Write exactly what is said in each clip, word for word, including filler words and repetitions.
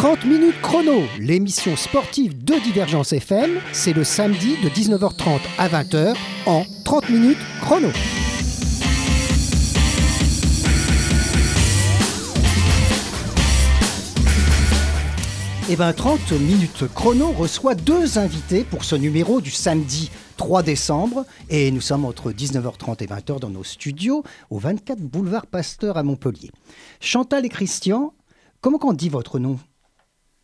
trente minutes chrono, l'émission sportive de Divergence F M, c'est le samedi de dix-neuf heures trente à vingt heures en trente minutes chrono. Et bien trente minutes chrono reçoit deux invités pour ce numéro du samedi trois décembre. Et nous sommes entre dix-neuf heures trente et vingt heures dans nos studios au vingt-quatre boulevard Pasteur à Montpellier. Chantal et Christian, comment on dit votre nom ? Fenrich ?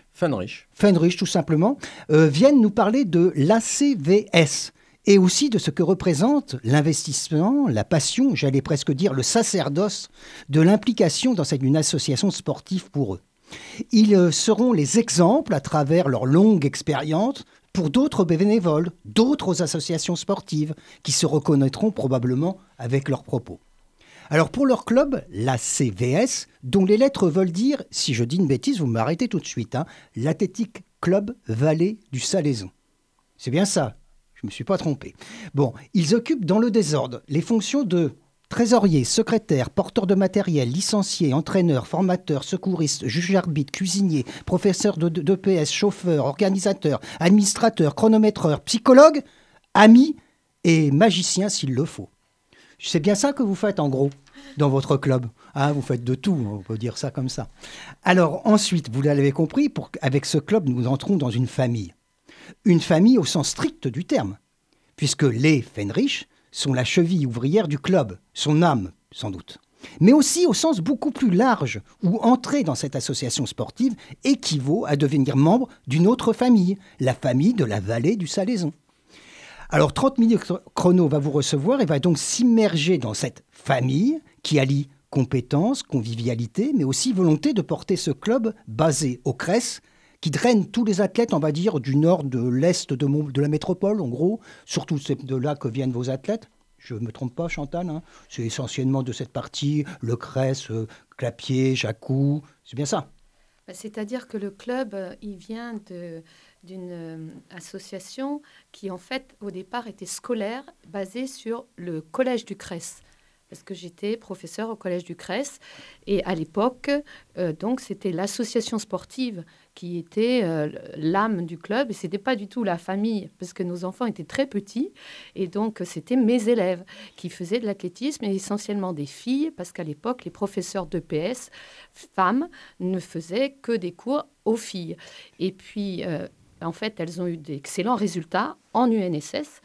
Fenrich. Fenrich, tout simplement, euh, viennent nous parler de l'A C V S et aussi de ce que représente l'investissement, la passion, j'allais presque dire le sacerdoce de l'implication dans cette, une association sportive pour eux. Ils seront les exemples à travers leur longue expérience pour d'autres bénévoles, d'autres associations sportives qui se reconnaîtront probablement avec leurs propos. Alors pour leur club, l'A C V S, dont les lettres veulent dire, si je dis une bêtise, vous m'arrêtez tout de suite, hein, l'Athletic Club Vallée du Salaison. C'est bien ça, je ne me suis pas trompé. Bon, ils occupent dans le désordre les fonctions de trésorier, secrétaire, porteur de matériel, licencié, entraîneur, formateur, secouriste, juge-arbitre, cuisinier, professeur de d'E P S, chauffeur, organisateur, administrateur, chronométreur, psychologue, ami et magicien s'il le faut. C'est bien ça que vous faites en gros dans votre club. Hein, vous faites de tout, on peut dire ça comme ça. Alors ensuite, vous l'avez compris, pour, avec ce club, nous entrons dans une famille. Une famille au sens strict du terme, puisque les Fenrich sont la cheville ouvrière du club, son âme sans doute. Mais aussi au sens beaucoup plus large, où entrer dans cette association sportive équivaut à devenir membre d'une autre famille, la famille de la Vallée du Salaison. Alors trente minutes chrono va vous recevoir et va donc s'immerger dans cette famille qui allie compétences, convivialité, mais aussi volonté de porter ce club basé au Cress, qui draine tous les athlètes, on va dire, du nord, de l'est de, mon, de la métropole, en gros. Surtout c'est de là que viennent vos athlètes. Je ne me trompe pas, Chantal, hein. C'est essentiellement de cette partie, le Cress, euh, Clapier, Jacou, c'est bien ça. C'est-à-dire que le club, il vient de, d'une euh, association qui, en fait, au départ, était scolaire, basée sur le collège du Cress. Parce que j'étais professeur au collège du Cress. Et à l'époque, euh, donc, c'était l'association sportive qui était euh, l'âme du club. Et ce n'était pas du tout la famille, parce que nos enfants étaient très petits. Et donc, c'était mes élèves qui faisaient de l'athlétisme, et essentiellement des filles, parce qu'à l'époque, les professeurs d'E P S, femmes, ne faisaient que des cours aux filles. Et puis, euh, en fait, elles ont eu d'excellents résultats en U N S S.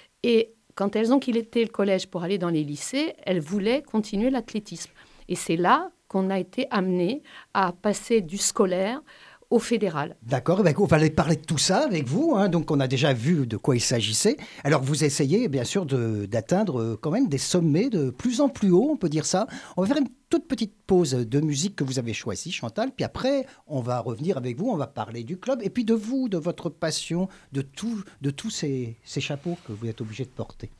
Et quand elles ont quitté le collège pour aller dans les lycées, elles voulaient continuer l'athlétisme. Et c'est là qu'on a été amené à passer du scolaire au fédéral. D'accord, on va aller parler de tout ça avec vous. Hein. Donc, on a déjà vu de quoi il s'agissait. Alors, vous essayez, bien sûr, de, d'atteindre quand même des sommets de plus en plus haut, on peut dire ça. On va faire une toute petite pause de musique que vous avez choisie, Chantal. Puis après, on va revenir avec vous, on va parler du club et puis de vous, de votre passion, de, tout, de tous ces, ces chapeaux que vous êtes obligé de porter.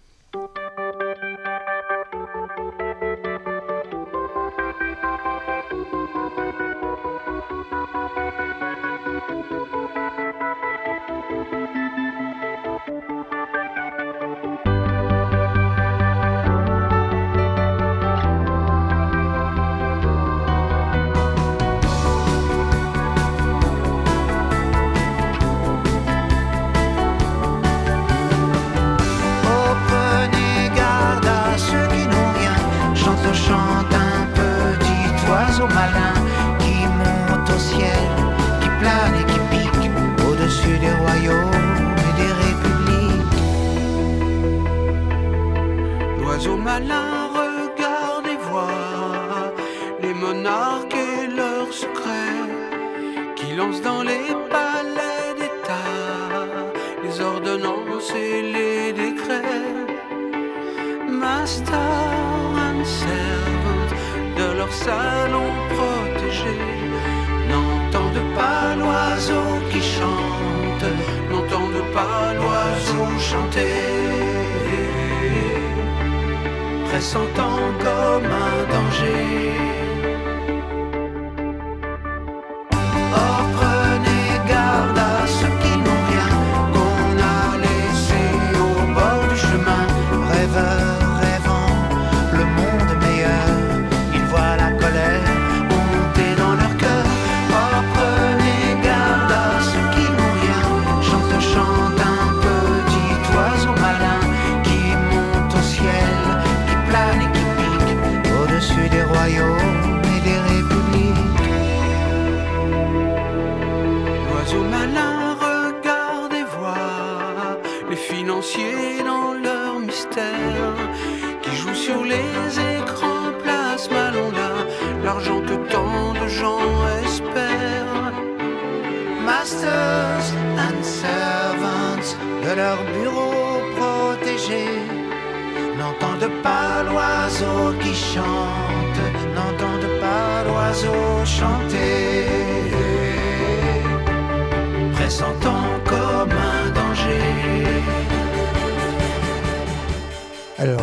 Pressentant comme un danger. Oh, prenez garde à ceux qui n'ont rien, qu'on a laissé au bord du chemin. Rêveurs, rêvant le monde meilleur, ils voient la colère monter dans leur cœur. Oh, sur les écrans plasma l'on a l'argent que tant de gens espèrent. Masters and servants de leur bureau protégé n'entendent pas l'oiseau qui chante, n'entendent pas l'oiseau chanter, pressentant comme un danger. Alors,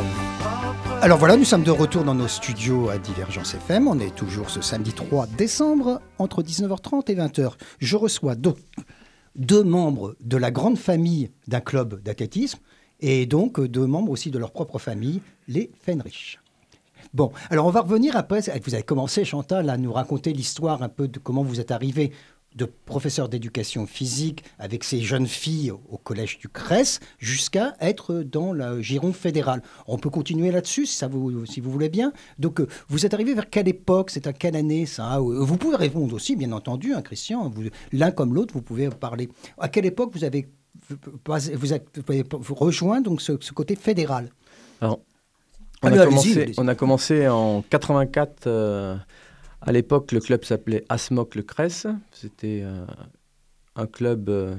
alors voilà, nous sommes de retour dans nos studios à Divergence F M. On est toujours ce samedi trois décembre, entre dix-neuf heures trente et vingt heures. Je reçois deux, deux membres de la grande famille d'un club d'athlétisme et donc deux membres aussi de leur propre famille, les Fenrich. Bon, alors on va revenir après. Vous avez commencé, Chantal, à nous raconter l'histoire un peu de comment vous êtes arrivé de professeur d'éducation physique avec ces jeunes filles au collège du Cress jusqu'à être dans le giron fédéral. On peut continuer là-dessus si, ça vous, si vous voulez bien. Donc, euh, vous êtes arrivé vers quelle époque? C'est à quelle année ça? Vous pouvez répondre aussi, bien entendu, hein, Christian. Vous, l'un comme l'autre, vous pouvez parler. À quelle époque vous avez, vous avez, vous avez rejoint donc, ce, ce côté fédéral? Alors, on, Allez, a allez-y, commencé, allez-y. on a commencé en quatre-vingt-quatre. Euh, à l'époque, le club s'appelait ASMOC Le Cress. C'était euh, un club euh,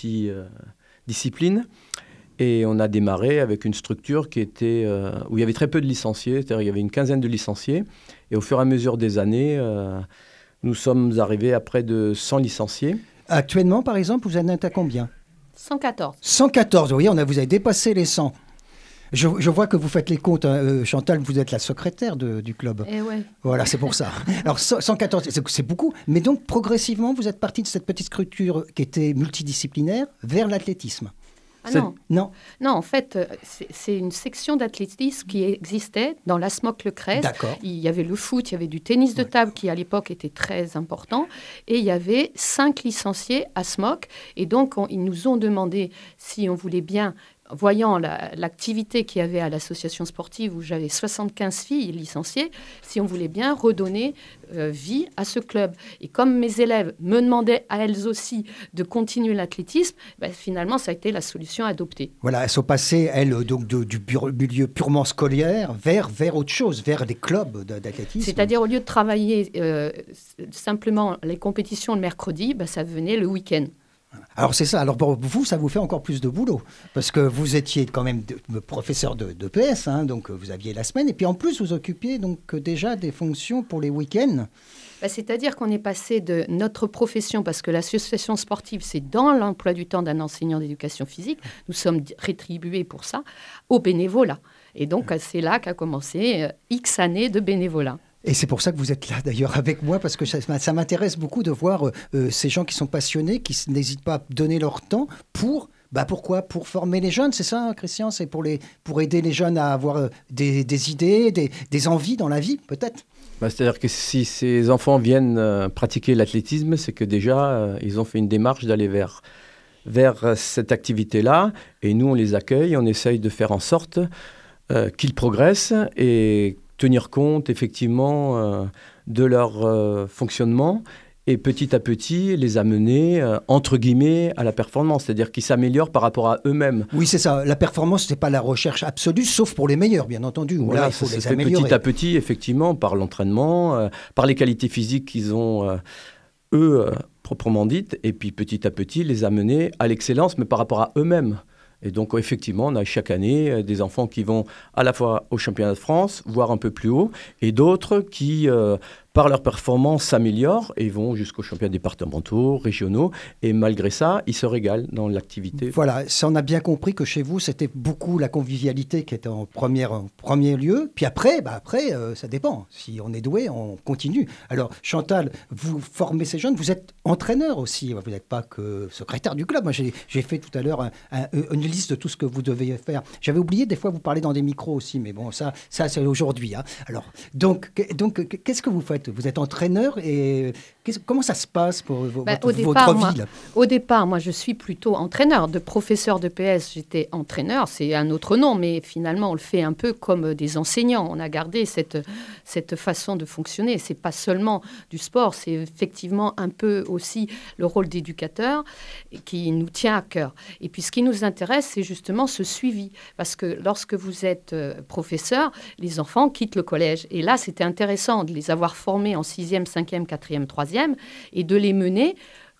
multidiscipline. Euh, et on a démarré avec une structure qui était, euh, où il y avait très peu de licenciés. C'est-à-dire il y avait une quinzaine de licenciés. Et au fur et à mesure des années, euh, nous sommes arrivés à près de cent licenciés. Actuellement, par exemple, vous en êtes à combien? cent quatorze. cent quatorze, vous voyez, on a, vous avez dépassé les cent. Je, je vois que vous faites les comptes. Hein. Euh, Chantal, vous êtes la secrétaire de, du club. Eh ouais. Voilà, c'est pour ça. Alors, cent quatorze, c'est, c'est beaucoup. Mais donc, progressivement, vous êtes parti de cette petite structure qui était multidisciplinaire vers l'athlétisme. Ah C'est- non. Non? Non, en fait, euh, c'est, c'est une section d'athlétisme qui existait dans l'ASMOC Le Cress. D'accord. Il y avait le foot, il y avait du tennis de Ouais. table qui, à l'époque, était très important. Et il y avait cinq licenciés ASMOC. Et donc, on- ils nous ont demandé si on voulait bien, voyant la- l'activité qu'il y avait à l'association sportive où j'avais soixante-quinze filles licenciées, si on voulait bien redonner euh, vie à ce club. Et comme mes élèves me demandaient à elles aussi de continuer l'athlétisme, ben, finalement, ça a été la solution adoptée. Voilà, elles sont passées, elles, donc, de- du bur- milieu purement scolaire vers, vers autre chose, vers des clubs de- d'athlétisme. C'est-à-dire, au lieu de travailler euh, s- simplement les compétitions le mercredi, ben, ça venait le week-end. Alors, c'est ça. Alors, pour vous, ça vous fait encore plus de boulot. Parce que vous étiez quand même de- professeur de, de P S, hein, donc vous aviez la semaine. Et puis, en plus, vous occupiez donc déjà des fonctions pour les week-ends. Ben, c'est-à-dire qu'on est passé de notre profession, parce que l'association sportive, c'est dans l'emploi du temps d'un enseignant d'éducation physique, nous sommes di- rétribués pour ça, au bénévolat. Et donc, c'est là qu'a commencé euh, X années de bénévolat. Et c'est pour ça que vous êtes là d'ailleurs avec moi, parce que ça, ça m'intéresse beaucoup de voir euh, ces gens qui sont passionnés, qui s- n'hésitent pas à donner leur temps pour... Bah pourquoi? Pour former les jeunes, c'est ça, hein, Christian? C'est pour, les, pour aider les jeunes à avoir euh, des, des idées, des, des envies dans la vie, peut-être? Bah, c'est-à-dire que si ces enfants viennent euh, pratiquer l'athlétisme, c'est que déjà, euh, ils ont fait une démarche d'aller vers, vers euh, cette activité-là. Et nous, on les accueille, on essaye de faire en sorte euh, qu'ils progressent et tenir compte, effectivement, euh, de leur euh, fonctionnement. Et petit à petit, les amener, euh, entre guillemets, à la performance. C'est-à-dire qu'ils s'améliorent par rapport à eux-mêmes. Oui, c'est ça. La performance, ce n'est pas la recherche absolue, sauf pour les meilleurs, bien entendu. Où Voilà, là, il faut ça les se fait améliorer. petit à petit, effectivement, par l'entraînement, euh, par les qualités physiques qu'ils ont, euh, eux, euh, proprement dites, et puis petit à petit, les amener à l'excellence, mais par rapport à eux-mêmes. Et donc, effectivement, on a chaque année euh, des enfants qui vont à la fois au championnat de France, voire un peu plus haut, et d'autres qui, euh, par leur performance, s'améliorent et vont jusqu'aux championnats départementaux, régionaux. Et malgré ça, ils se régalent dans l'activité. Voilà, ça, on a bien compris que chez vous, c'était beaucoup la convivialité qui était en, première, en premier lieu. Puis après, bah après euh, ça dépend. Si on est doué, on continue. Alors, Chantal, vous formez ces jeunes, vous êtes entraîneur aussi. Vous n'êtes pas que secrétaire du club. Moi, j'ai, j'ai fait tout à l'heure un- un- une liste de tout ce que vous devez faire. J'avais oublié, des fois, vous parlez dans des micros aussi. Mais bon, ça, ça c'est aujourd'hui. Hein. Alors, donc, que- donc, qu'est-ce que vous faites? êtes Vous êtes entraîneur et comment ça se passe pour vo- Ben, votre, au départ, votre moi, vie là Au départ, moi, je suis plutôt entraîneur. De professeur de P S, j'étais entraîneur. C'est un autre nom, mais finalement, on le fait un peu comme des enseignants. On a gardé cette, cette façon de fonctionner. C'est pas seulement du sport, c'est effectivement un peu aussi le rôle d'éducateur qui nous tient à cœur. Et puis, ce qui nous intéresse, c'est justement ce suivi. Parce que lorsque vous êtes euh, professeur, les enfants quittent le collège. Et là, c'était intéressant de les avoir formés en sixième, cinquième, quatrième, troisième et de les mener,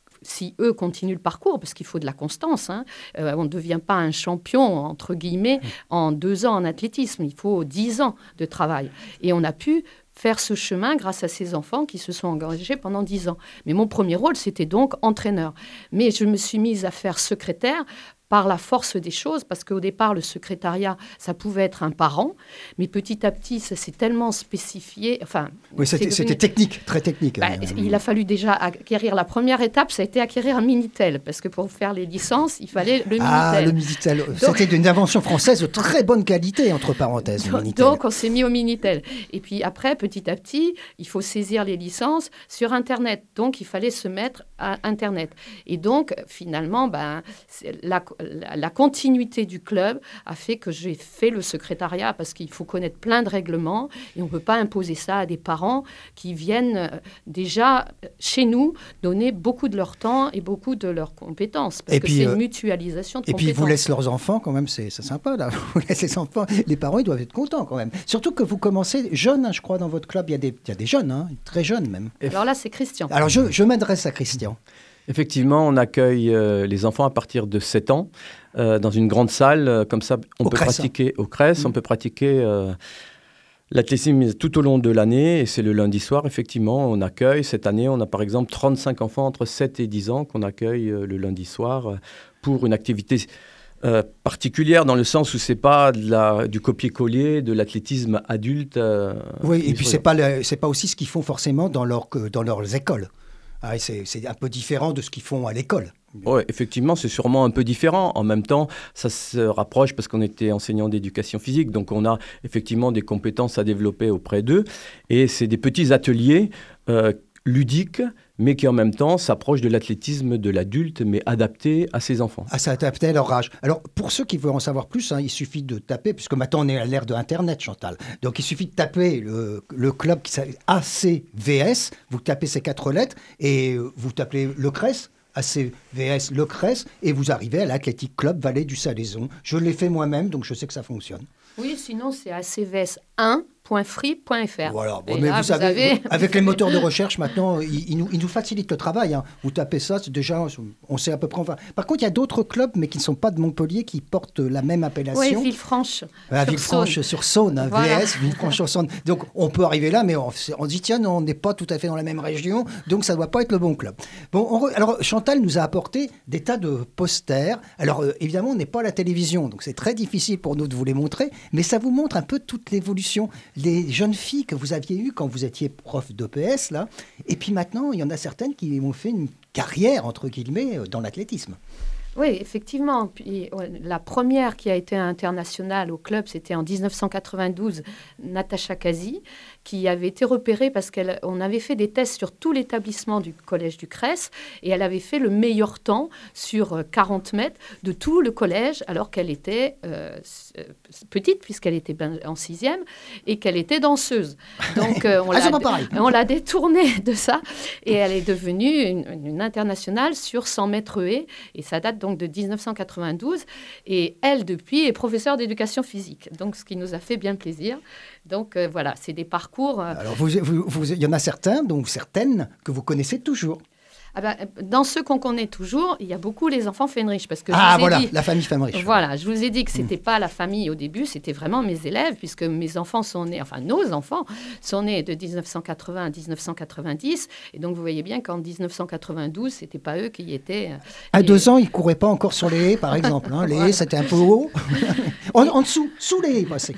si eux continuent le parcours, parce qu'il faut de la constance. Hein. Euh, on ne devient pas un champion, entre guillemets, en deux ans en athlétisme. Il faut dix ans de travail. Et on a pu faire ce chemin grâce à ces enfants qui se sont engagés pendant dix ans. Mais mon premier rôle, c'était donc entraîneur. Mais je me suis mise à faire secrétaire par la force des choses, parce qu'au départ, le secrétariat, ça pouvait être un parent, mais petit à petit, ça s'est tellement spécifié. Enfin, oui, c'était, devenu... c'était technique, très technique. Bah, hein. Il a fallu déjà acquérir la première étape, ça a été acquérir un Minitel, parce que pour faire les licences, il fallait le Minitel. Ah, le Minitel. Donc... C'était une invention française de très bonne qualité, entre parenthèses. Donc, le Minitel. donc, on s'est mis au Minitel. Et puis après, petit à petit, il faut saisir les licences sur Internet. Donc, il fallait se mettre à Internet. Et donc, finalement, ben, la, la, la continuité du club a fait que j'ai fait le secrétariat, parce qu'il faut connaître plein de règlements et on ne peut pas imposer ça à des parents qui viennent déjà chez nous donner beaucoup de leur temps et beaucoup de leurs compétences, parce et que puis, c'est euh, une mutualisation de et compétences. puis, ils vous laissent leurs enfants, quand même, c'est, c'est sympa, là. Vous laissez les enfants, les parents, ils doivent être contents, quand même. Surtout que vous commencez jeune, hein, je crois, dans votre club. Il y a des, il y a des jeunes, hein, très jeunes même. Alors là, c'est Christian. Alors, je, je m'adresse à Christian. Effectivement, on accueille euh, les enfants à partir de sept ans euh, dans une grande salle. Euh, comme ça, on Au peut Cress, pratiquer au Cress, mmh. on peut pratiquer euh, l'athlétisme tout au long de l'année. Et c'est le lundi soir, effectivement, on accueille. Cette année, on a par exemple trente-cinq enfants entre sept et dix ans qu'on accueille euh, le lundi soir euh, pour une activité euh, particulière, dans le sens où c'est pas de la, du copier-coller, de l'athlétisme adulte. Euh, oui, et puis c'est pas, le, c'est pas aussi ce qu'ils font forcément dans, leur, dans leurs écoles. Ah, c'est, c'est un peu différent de ce qu'ils font à l'école. Oui, effectivement, c'est sûrement un peu différent. En même temps, ça se rapproche parce qu'on était enseignant d'éducation physique, donc on a effectivement des compétences à développer auprès d'eux. Et c'est des petits ateliers euh, ludiques, mais qui en même temps s'approchent de l'athlétisme de l'adulte, mais adaptés à ses enfants. Ah, ça adapté à leur âge. Alors, pour ceux qui veulent en savoir plus, hein, il suffit de taper, puisque maintenant on est à l'ère de Internet, Chantal. Donc, il suffit de taper le, le club qui s'appelle A C V S, vous tapez ces quatre lettres, et vous tapez le Cress, A C V S, le Cress, et vous arrivez à l'Athletic Club Vallée du Salaison. Je l'ai fait moi-même, donc je sais que ça fonctionne. Oui, sinon c'est A C V S un point free point f r. Voilà, bon, mais là, vous, vous savez, avez... avec les moteurs de recherche maintenant, ils, ils, nous, ils nous facilitent le travail. Hein. Vous tapez ça, c'est déjà, on sait à peu près. Enfin... Par contre, il y a d'autres clubs, mais qui ne sont pas de Montpellier, qui portent la même appellation. Oui, Villefranche. À Villefranche-sur-Saône, hein, voilà. V S, Villefranche-sur-Saône. Donc, on peut arriver là, mais on, on dit, tiens, on n'est pas tout à fait dans la même région, donc ça ne doit pas être le bon club. Bon, on re... Alors, Chantal nous a apporté des tas de posters. Alors, euh, évidemment, on n'est pas à la télévision, donc c'est très difficile pour nous de vous les montrer, mais ça vous montre un peu toute l'évolution. Les jeunes filles que vous aviez eues quand vous étiez prof d'E P S, là, et puis maintenant, il y en a certaines qui ont fait une carrière, entre guillemets, dans l'athlétisme. Oui, effectivement. Puis, la première qui a été internationale au club, c'était en dix-neuf cent quatre-vingt-douze, Natacha Kazi, qui avait été repérée parce qu'on avait fait des tests sur tout l'établissement du collège du Cress et elle avait fait le meilleur temps sur quarante mètres de tout le collège alors qu'elle était euh, petite puisqu'elle était en sixième et qu'elle était danseuse. Donc euh, on, ah, l'a, on l'a détournée de ça et elle est devenue une, une internationale sur cent mètres haies et ça date donc de dix-neuf cent quatre-vingt-douze, et elle, depuis, est professeure d'éducation physique, donc ce qui nous a fait bien plaisir. Donc euh, voilà, c'est des parcours... Euh... Alors, vous, vous, vous, il y en a certains, donc certaines, que vous connaissez toujours. Ah ben, dans ceux qu'on connaît toujours, il y a beaucoup les enfants Fenrich. Parce que je ah, vous ai voilà, dit, la famille Fenrich. Voilà, je vous ai dit que ce n'était mmh. pas la famille au début, c'était vraiment mes élèves, puisque mes enfants sont nés, enfin nos enfants sont nés de dix-neuf cent quatre-vingts à dix-neuf cent quatre-vingt-dix. Et donc, vous voyez bien qu'en dix-neuf cent quatre-vingt-douze, ce n'était pas eux qui y étaient. Euh, à et... deux ans, ils ne couraient pas encore sur les haies, par exemple. Hein. Les voilà. haies, c'était un peu haut. en, en dessous, sous les haies, passé.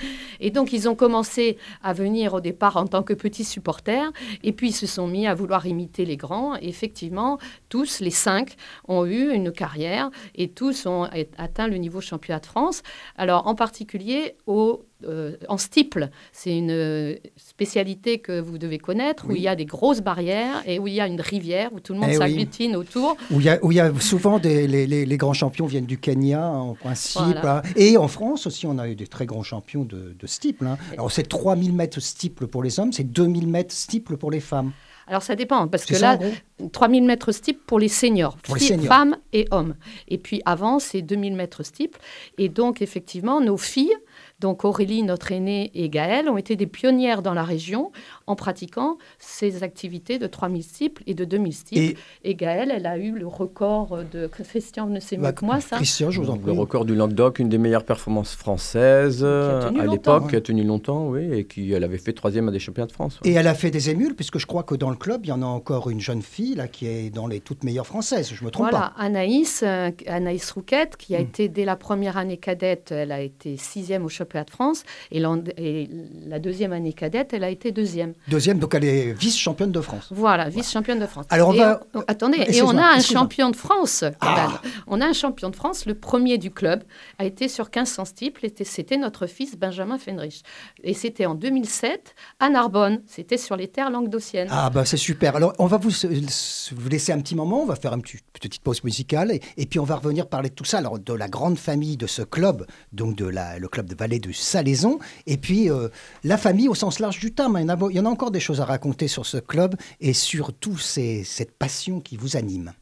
Et donc, ils ont commencé à venir au départ en tant que petits supporters, et puis ils se sont mis à vouloir imiter les grands. Et effectivement, tous les cinq ont eu une carrière et tous ont atteint le niveau championnat de France. Alors, en particulier au Euh, en steeple, c'est une spécialité que vous devez connaître, oui. où il y a des grosses barrières et où il y a une rivière, où tout le monde eh s'agglutine oui. autour. Où il y a, où il y a souvent des, les, les, les grands champions viennent du Kenya, en principe. Voilà. Et en France aussi, on a eu des très grands champions de, de steeple. Hein. Alors, c'est trois mille mètres steeple pour les hommes, c'est deux mille mètres steeple pour les femmes. Alors, ça dépend, parce c'est que ça, là, trois mille mètres steeple pour les seniors, pour les seniors, femmes et hommes. Et puis, avant, c'est deux mille mètres steeple. Et donc, effectivement, nos filles, donc Aurélie, notre aînée, et Gaëlle, ont été des pionnières dans la région en pratiquant ces activités de trois mille steeple et de deux mille steeple. Et, et Gaëlle, elle a eu le record de... Christian ne sait mieux bah, que moi, ça. Christian, je vous en prie. Le record du Languedoc, une des meilleures performances françaises à l'époque, ouais. qui a tenu longtemps, oui, et qui elle avait fait troisième à des championnats de France. Ouais. Et elle a fait des émules, puisque je crois que dans le club, il y en a encore une jeune fille là, qui est dans les toutes meilleures françaises, je ne me trompe voilà, pas. Voilà, Anaïs, euh, Anaïs Rouquette, qui a mmh. été, dès la première année cadette, elle a été sixième au championnat de France. Et, et la deuxième année cadette, elle a été deuxième. Deuxième, donc elle est vice-championne de France. Voilà, vice-championne de France. Alors on et va... on, attendez, et on a un champion de France. Ah. On a un champion de France, le premier du club, a été sur quinze cents steeple, c'était notre fils Benjamin Fenrich. Et c'était en deux mille sept, à Narbonne, c'était sur les terres languedociennes. Ah bah c'est super. Alors on va vous, vous laisser un petit moment, on va faire une petite, petite pause musicale, et, et puis on va revenir parler de tout ça, alors de la grande famille de ce club, donc de la, le club de Vallée de Salaison. Et puis, euh, la famille au sens large du terme. Il y en a, il y en a encore des choses à raconter sur ce club et sur toute cette passion qui vous anime.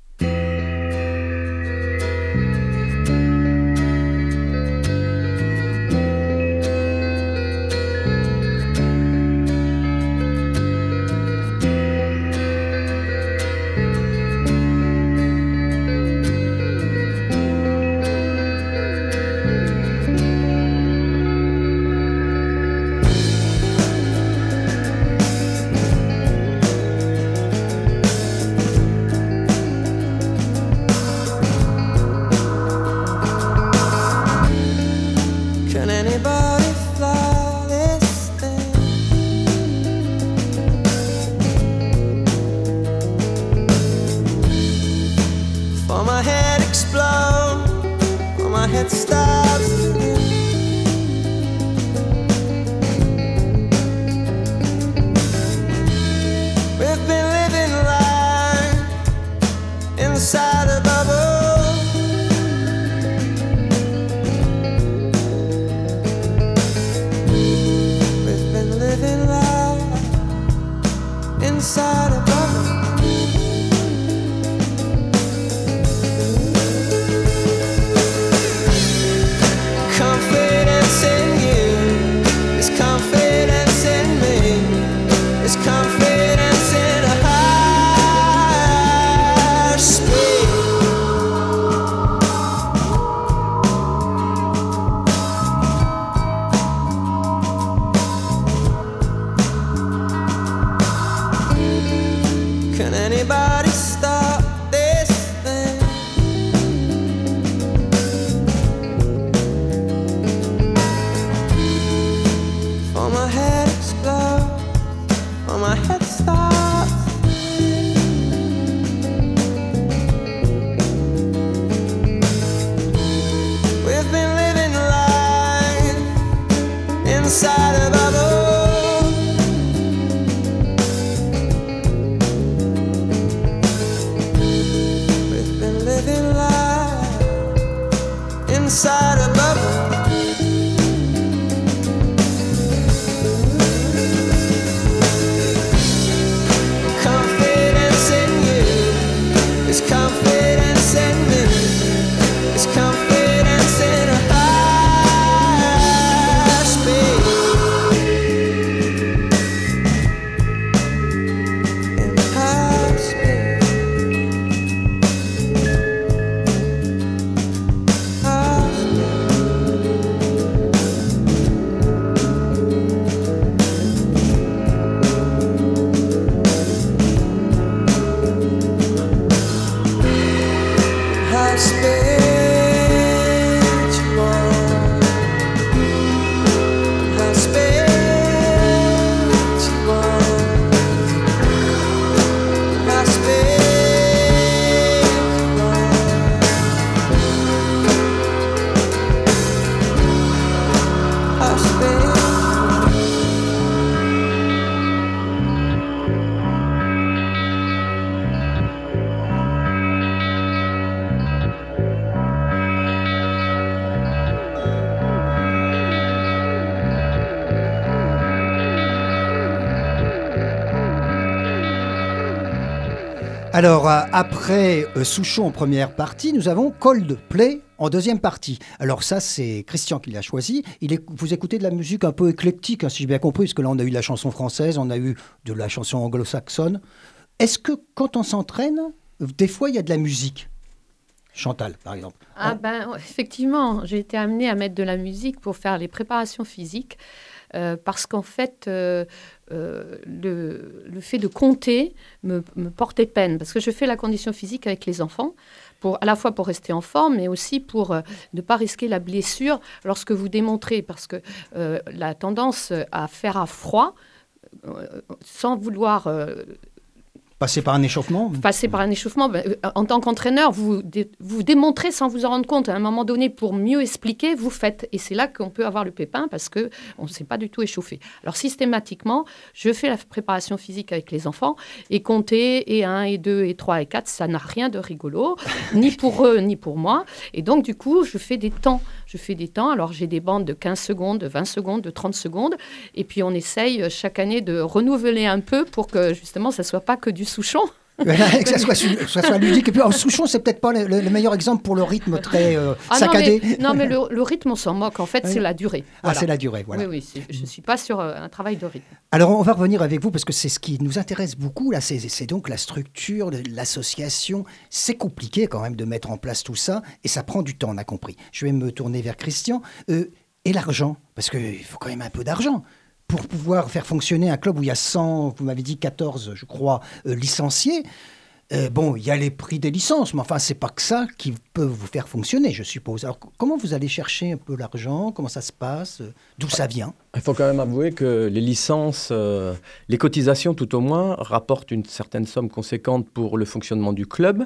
Alors, euh, après euh, Souchon en première partie, nous avons Coldplay en deuxième partie. Alors ça, c'est Christian qui l'a choisi. Il est, vous écoutez de la musique un peu éclectique, hein, si j'ai bien compris, parce que là, on a eu la chanson française, on a eu de la chanson anglo-saxonne. Est-ce que quand on s'entraîne, des fois, il y a de la musique ? Chantal, par exemple. Ah ben, effectivement, j'ai été amenée à mettre de la musique pour faire les préparations physiques. Euh, parce qu'en fait, euh, euh, le, le fait de compter me, me portait peine. Parce que je fais la condition physique avec les enfants, pour, à la fois pour rester en forme, mais aussi pour euh, ne pas risquer la blessure lorsque vous démontrez. Parce que euh, la tendance à faire à froid, euh, sans vouloir... Euh, Passer par un échauffement Passer par un échauffement. Ben, en tant qu'entraîneur, vous, dé, vous démontrez sans vous en rendre compte. À un moment donné, pour mieux expliquer, vous faites. Et c'est là qu'on peut avoir le pépin parce qu'on ne s'est pas du tout échauffé. Alors, systématiquement, je fais la préparation physique avec les enfants et compter et un, et deux, et trois, et quatre, ça n'a rien de rigolo, ni pour eux, ni pour moi. Et donc, du coup, je fais des temps. Je fais des temps. Alors, j'ai des bandes de quinze secondes, de vingt secondes, de trente secondes. Et puis, on essaye chaque année de renouveler un peu pour que, justement, ça ne soit pas que du Souchon. que ça soit, ça soit ludique. Et puis, en Souchon, c'est peut-être pas le, le, le meilleur exemple pour le rythme très euh, ah saccadé. Non, mais, non, mais le, le rythme, on s'en moque. En fait, oui. C'est la durée. Voilà. Ah, c'est la durée, voilà. Oui, oui, je ne suis pas sur euh, un travail de rythme. Alors, on va revenir avec vous, parce que c'est ce qui nous intéresse beaucoup, là. C'est, c'est donc la structure, l'association. C'est compliqué, quand même, de mettre en place tout ça. Et ça prend du temps, on a compris. Je vais me tourner vers Christian. Euh, et l'argent, parce qu'il faut quand même un peu d'argent. Pour pouvoir faire fonctionner un club où il y a cent, vous m'avez dit quatorze, je crois, euh, licenciés, euh, bon, il y a les prix des licences, mais enfin, c'est pas que ça qui peut vous faire fonctionner, je suppose. Alors, comment vous allez chercher un peu l'argent ? Comment ça se passe ? D'où ça vient ? Il faut quand même avouer que les licences, euh, les cotisations tout au moins, rapportent une certaine somme conséquente pour le fonctionnement du club.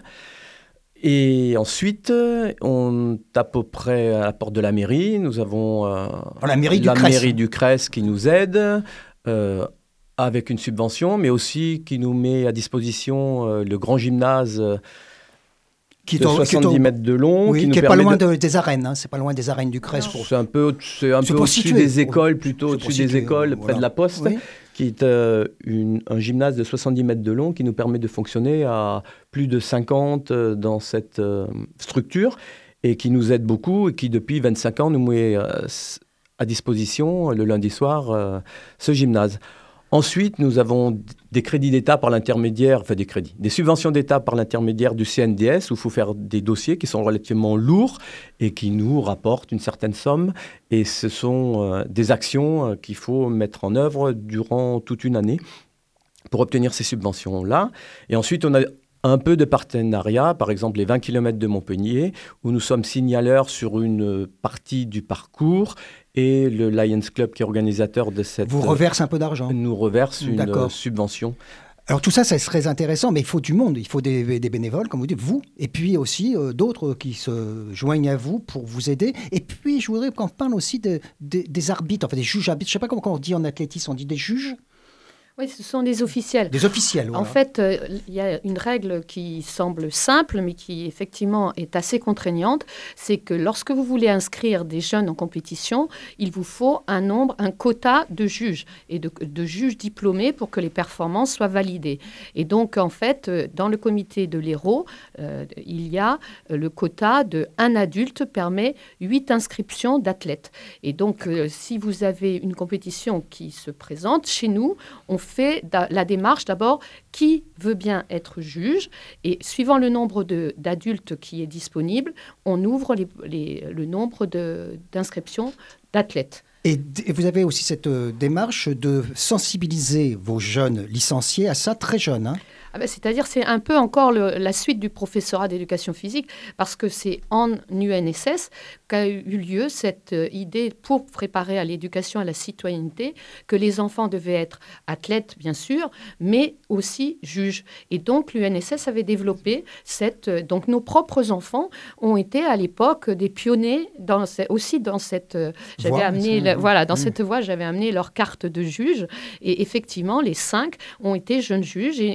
Et ensuite, on tape auprès à la porte de la mairie. Nous avons euh, oh, la mairie du la Cress. mairie du Cress qui nous aide euh, avec une subvention, mais aussi qui nous met à disposition euh, le grand gymnase euh, qui de soixante-dix mètres de long. Oui, qui n'est pas loin de... de, des arènes. Hein, c'est pas loin des arènes du Cress. Pour... C'est un peu, c'est un peu au-dessus situer. des écoles, plutôt c'est au-dessus des écoles, voilà. Près de la Poste. Oui. Qui est euh, une, un gymnase de soixante-dix mètres de long qui nous permet de fonctionner à plus de cinquante euh, dans cette euh, structure et qui nous aide beaucoup et qui, depuis vingt-cinq ans, nous met euh, à disposition le lundi soir euh, ce gymnase. Ensuite, nous avons des crédits d'État par l'intermédiaire, enfin des crédits, des subventions d'État par l'intermédiaire du C N D S, où il faut faire des dossiers qui sont relativement lourds et qui nous rapportent une certaine somme. Et ce sont euh, des actions euh, qu'il faut mettre en œuvre durant toute une année pour obtenir ces subventions-là. Et ensuite, on a un peu de partenariat, par exemple les vingt kilomètres de Montpellier, où nous sommes signaleurs sur une partie du parcours et le Lions Club qui est organisateur de cette... Vous reverse un peu d'argent. Nous reverse une D'accord. subvention. Alors tout ça, ça serait intéressant, mais il faut du monde, il faut des, des bénévoles, comme vous dites, vous, et puis aussi euh, d'autres qui se joignent à vous pour vous aider. Et puis je voudrais qu'on parle aussi de, de, des arbitres, enfin des juges arbitres. Je ne sais pas comment on dit en athlétisme, on dit des juges ? Oui, ce sont des officiels. Des officiels, voilà. En fait, il euh, y a une règle qui semble simple, mais qui effectivement est assez contraignante. C'est que lorsque vous voulez inscrire des jeunes en compétition, il vous faut un nombre, un quota de juges et de, de juges diplômés pour que les performances soient validées. Et donc, en fait, dans le comité de l'Hérault, euh, il y a le quota de un adulte permet huit inscriptions d'athlètes. Et donc, euh, si vous avez une compétition qui se présente chez nous, on fait la démarche d'abord, qui veut bien être juge, et suivant le nombre de, d'adultes qui est disponible, on ouvre les, les, le nombre de, d'inscriptions d'athlètes. Et, et vous avez aussi cette euh, démarche de sensibiliser vos jeunes licenciés à ça très jeunes, hein ? Ah ben, c'est-à-dire c'est un peu encore le, la suite du professorat d'éducation physique, parce que c'est en U N S S qu'a eu lieu cette euh, idée pour préparer à l'éducation à la citoyenneté que les enfants devaient être athlètes, bien sûr, mais aussi juges. Et donc l'U N S S avait développé cette... Euh, donc nos propres enfants ont été à l'époque des pionniers dans, aussi dans cette... Euh, j'avais voie, amené la, voilà, dans mmh. cette voie, j'avais amené leur carte de juge. Et effectivement, les cinq ont été jeunes juges et ont, au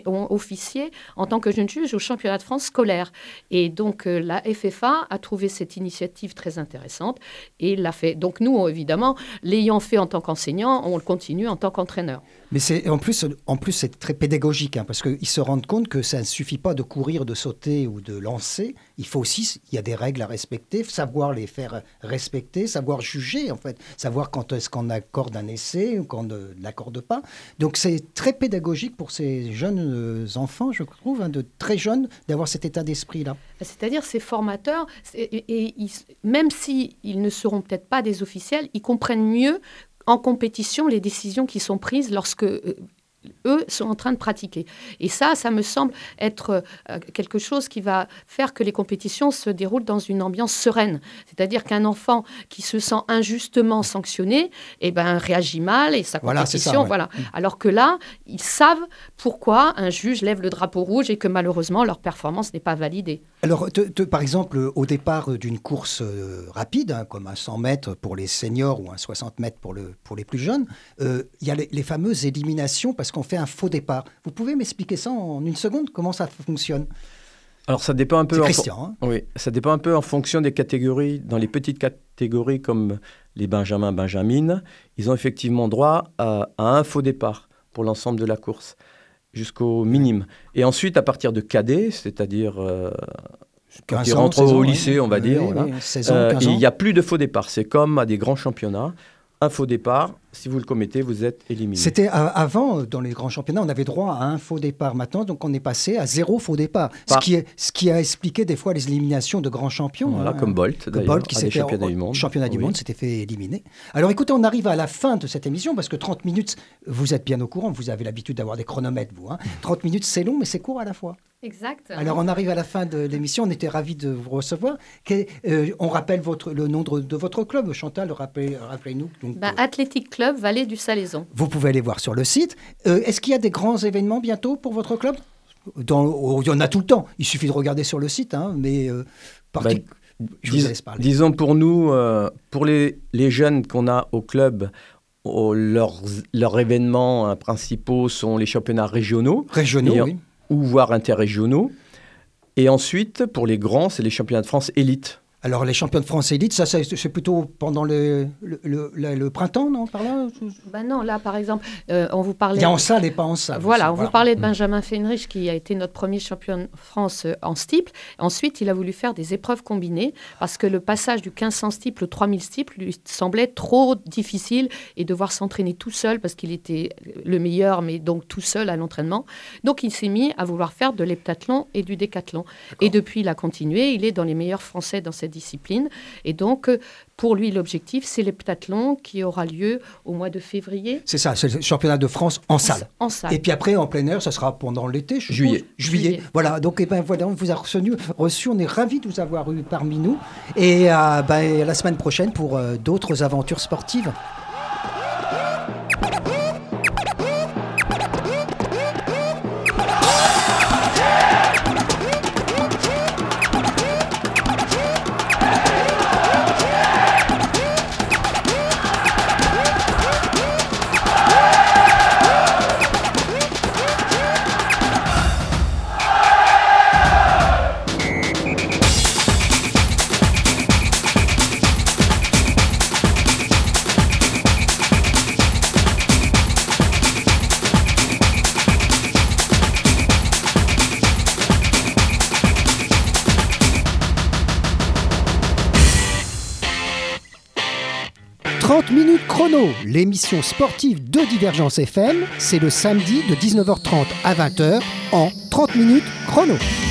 officié en tant que jeune juge au championnat de France scolaire. Et donc, euh, la F F A a trouvé cette initiative très intéressante et l'a fait. Donc, nous, évidemment, l'ayant fait en tant qu'enseignant, on le continue en tant qu'entraîneur. Mais c'est, en plus, en plus, c'est très pédagogique, hein, parce qu'ils se rendent compte que ça ne suffit pas de courir, de sauter ou de lancer. Il faut aussi, il y a des règles à respecter, savoir les faire respecter, savoir juger, en fait, savoir quand est-ce qu'on accorde un essai ou quand on ne l'accorde pas. Donc, c'est très pédagogique pour ces jeunes enfants, je trouve, hein, de très jeunes, d'avoir cet état d'esprit-là. C'est-à-dire ces formateurs, et, et, ils, même s'ils ne seront peut-être pas des officiels, ils comprennent mieux en compétition les décisions qui sont prises lorsque euh, eux sont en train de pratiquer. Et ça, ça me semble être euh, quelque chose qui va faire que les compétitions se déroulent dans une ambiance sereine. C'est-à-dire qu'un enfant qui se sent injustement sanctionné, eh ben, réagit mal et sa Voilà, compétition... c'est ça, ouais. Voilà. Alors que là, ils savent pourquoi un juge lève le drapeau rouge et que malheureusement, leur performance n'est pas validée. Alors, te, te, par exemple, au départ d'une course euh, rapide, hein, comme un cent mètres pour les seniors ou un soixante mètres pour, le, pour les plus jeunes, il euh, y a les, les fameuses éliminations parce qu'on fait un faux départ. Vous pouvez m'expliquer ça en une seconde, comment ça fonctionne ? Alors, ça dépend un peu... C'est en Christian. fo- Hein. Oui, ça dépend un peu en fonction des catégories. Dans les petites catégories comme les benjamins, benjamines, ils ont effectivement droit à, à un faux départ pour l'ensemble de la course, jusqu'au minime. Et ensuite, à partir de cadets, c'est-à-dire euh, quand ils ans, rentrent seize au ans, lycée, oui. on va dire, Oui, voilà, oui, seize ans, euh, quinze ans. il n'y a plus de faux départ. C'est comme à des grands championnats. Un faux départ, si vous le commettez, vous êtes éliminé. C'était euh, avant, dans les grands championnats, on avait droit à un faux départ. Maintenant, donc, on est passé à zéro faux départ. Par... Ce, qui est, ce qui a expliqué des fois les éliminations de grands champions. Voilà, hein, comme Bolt, que d'ailleurs, Bolt qui à s'est des fait championnats au, du monde. championnat du Oui. monde s'était fait éliminer. Alors écoutez, on arrive à la fin de cette émission parce que trente minutes, vous êtes bien au courant, vous avez l'habitude d'avoir des chronomètres, vous. Hein. trente minutes, c'est long, mais c'est court à la fois. Exact. Alors on arrive à la fin de l'émission, on était ravis de vous recevoir. Que, euh, on rappelle votre, le nom de, de votre club, Chantal, rappelez, rappelez-nous. Donc, Ben, Athletic Club Vallée du Salaison. vous pouvez aller voir sur le site. Euh, est-ce qu'il y a des grands événements bientôt pour votre club ? Dans, oh, il y en a tout le temps. Il suffit de regarder sur le site, hein, mais euh, parti... Ben, je dis- vous laisse parler. Disons pour nous, euh, pour les, les jeunes qu'on a au club, oh, leurs, leurs événements euh, principaux sont les championnats régionaux. Régionaux, Et en- oui. ou voire interrégionaux. Et ensuite, pour les grands, c'est les championnats de France élite. Alors les champions de France élite, ça c'est, c'est plutôt pendant le, le, le, le- le printemps, non, par là ? Ben non, là, par exemple, euh, on vous parlait... Il y a en salle et pas en salle. Voilà, on aussi, vous parlait de Benjamin Fenrich qui a été notre premier champion de France euh, en steeple. Ensuite, il a voulu faire des épreuves combinées parce que le passage du quinze cents steeple au trois mille steeple lui semblait trop difficile et devoir s'entraîner tout seul parce qu'il était le meilleur, mais donc tout seul à l'entraînement. Donc, il s'est mis à vouloir faire de l'heptathlon et du décathlon. Et depuis, il a continué. Il est dans les meilleurs Français dans cette discipline. Et donc, euh, pour lui, l'objectif, c'est l'heptathlon qui aura lieu au mois de février. C'est ça, c'est le championnat de France en salle. En salle. Et puis après, en plein air, ça sera pendant l'été, je Juillet. suppose. Juillet. Juillet. Voilà, donc eh ben, voilà, on vous a reçu, reçu, on est ravis de vous avoir eu parmi nous. Et euh, ben, la semaine prochaine pour euh, d'autres aventures sportives. trente minutes chrono, l'émission sportive de Divergence F M, c'est le samedi de dix-neuf heures trente à vingt heures en trente minutes chrono.